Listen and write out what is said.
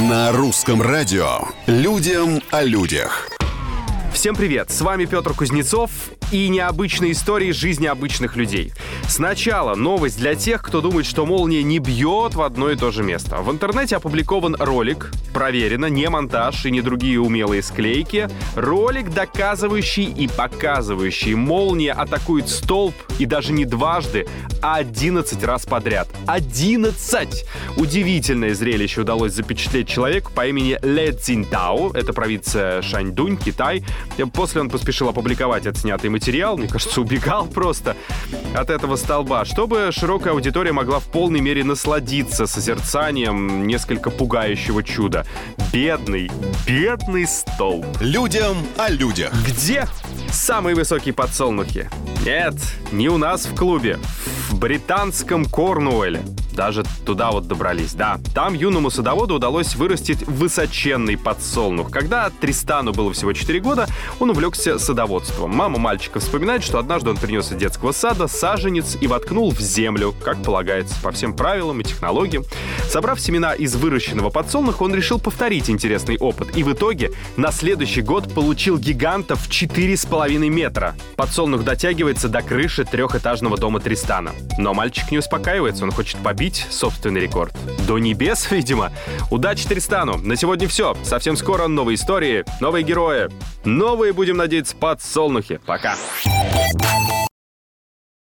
На русском радио «Людям о людях». Всем привет, с вами Петр Кузнецов и необычные истории жизни обычных людей. Сначала новость для тех, кто думает, что молния не бьет в одно и то же место. В интернете опубликован ролик, проверено, не монтаж и не другие умелые склейки. Ролик, доказывающий и показывающий: молния атакует столб и даже не дважды, а 11 раз подряд. 11! Удивительное зрелище удалось запечатлеть человеку по имени Ле Цзиньтао. Это провинция Шаньдунь, Китай. После он поспешил опубликовать отснятый материал. Мне кажется, убегал просто от этого столба, чтобы широкая аудитория могла в полной мере насладиться созерцанием несколько пугающего чуда. Бедный столб. Людям о людях. Где самые высокие подсолнухи? Нет, не у нас в клубе. В британском Корнуолле. Даже туда вот добрались, да. Там юному садоводу удалось вырастить высоченный подсолнух. Когда Тристану было всего 4 года, он увлекся садоводством. Мама мальчика вспоминает, что однажды он принес из детского сада саженец и воткнул в землю, как полагается, по всем правилам и технологиям. Собрав семена из выращенного подсолнуха, он решил повторить интересный опыт. И в итоге на следующий год получил гиганта в 4,5 метра. Подсолнух дотягивается до крыши трехэтажного дома Тристана. Но мальчик не успокаивается, он хочет побить собственный рекорд. До небес, видимо. Удачи Тристану. На сегодня все. Совсем скоро новые истории, новые герои, новые, будем надеяться, подсолнухи. Пока.